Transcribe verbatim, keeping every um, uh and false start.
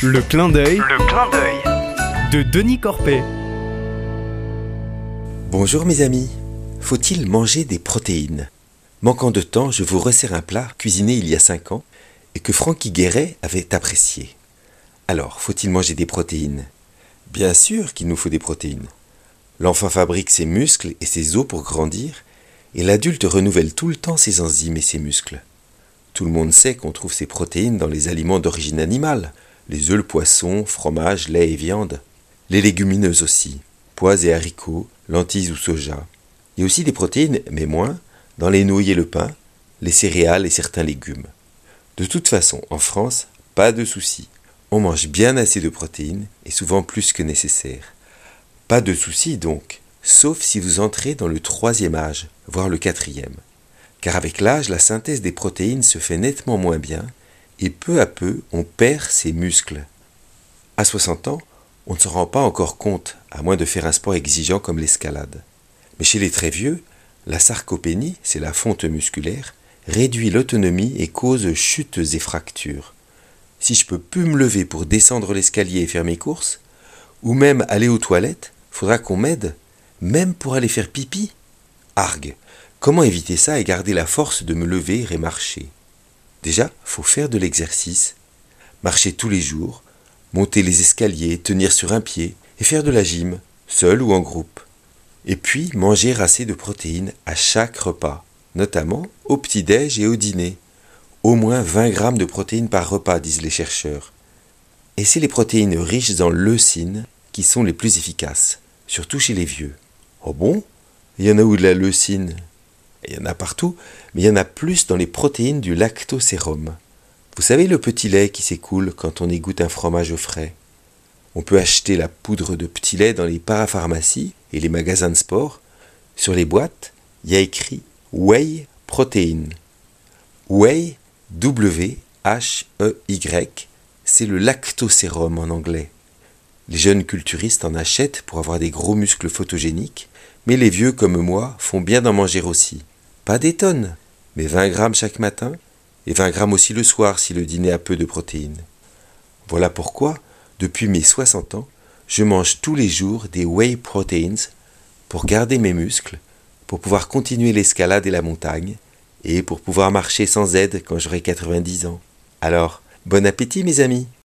Le clin d'œil Le clin d'œil de Denis Corpet. Bonjour mes amis, faut-il manger des protéines? Manquant de temps, je vous resserre un plat cuisiné il y a cinq ans et que Francky Guéret avait apprécié. Alors, faut-il manger des protéines? Bien sûr qu'il nous faut des protéines. L'enfant fabrique ses muscles et ses os pour grandir et l'adulte renouvelle tout le temps ses enzymes et ses muscles. Tout le monde sait qu'on trouve ces protéines dans les aliments d'origine animale, les œufs, le poisson, fromage, lait et viande. Les légumineuses aussi, pois et haricots, lentilles ou soja. Il y a aussi des protéines, mais moins, dans les nouilles et le pain, les céréales et certains légumes. De toute façon, en France, pas de souci. On mange bien assez de protéines, et souvent plus que nécessaire. Pas de souci donc, sauf si vous entrez dans le troisième âge, voire le quatrième. Car avec l'âge, la synthèse des protéines se fait nettement moins bien, et peu à peu, on perd ses muscles. À soixante ans, on ne se rend pas encore compte, à moins de faire un sport exigeant comme l'escalade. Mais chez les très vieux, la sarcopénie, c'est la fonte musculaire, réduit l'autonomie et cause chutes et fractures. Si je peux plus me lever pour descendre l'escalier et faire mes courses, ou même aller aux toilettes, faudra qu'on m'aide, même pour aller faire pipi. Argue, comment éviter ça et garder la force de me lever et marcher? Déjà, faut faire de l'exercice, marcher tous les jours, monter les escaliers, tenir sur un pied et faire de la gym, seul ou en groupe. Et puis, manger assez de protéines à chaque repas, notamment au petit-déj et au dîner. Au moins vingt grammes de protéines par repas, disent les chercheurs. Et c'est les protéines riches en leucine qui sont les plus efficaces, surtout chez les vieux. Oh bon? Il y en a où de la leucine? Il y en a partout, mais il y en a plus dans les protéines du lactosérum. Vous savez le petit lait qui s'écoule quand on égoutte un fromage frais? On peut acheter la poudre de petit lait dans les parapharmacies et les magasins de sport. Sur les boîtes, il y a écrit Whey Protein. Whey, W H E Y, c'est le lactosérum en anglais. Les jeunes culturistes en achètent pour avoir des gros muscles photogéniques, mais les vieux comme moi font bien d'en manger aussi. Pas des tonnes, mais vingt grammes chaque matin, et vingt grammes aussi le soir si le dîner a peu de protéines. Voilà pourquoi, depuis mes soixante ans, je mange tous les jours des whey proteins pour garder mes muscles, pour pouvoir continuer l'escalade et la montagne, et pour pouvoir marcher sans aide quand j'aurai quatre-vingt-dix ans. Alors, bon appétit mes amis!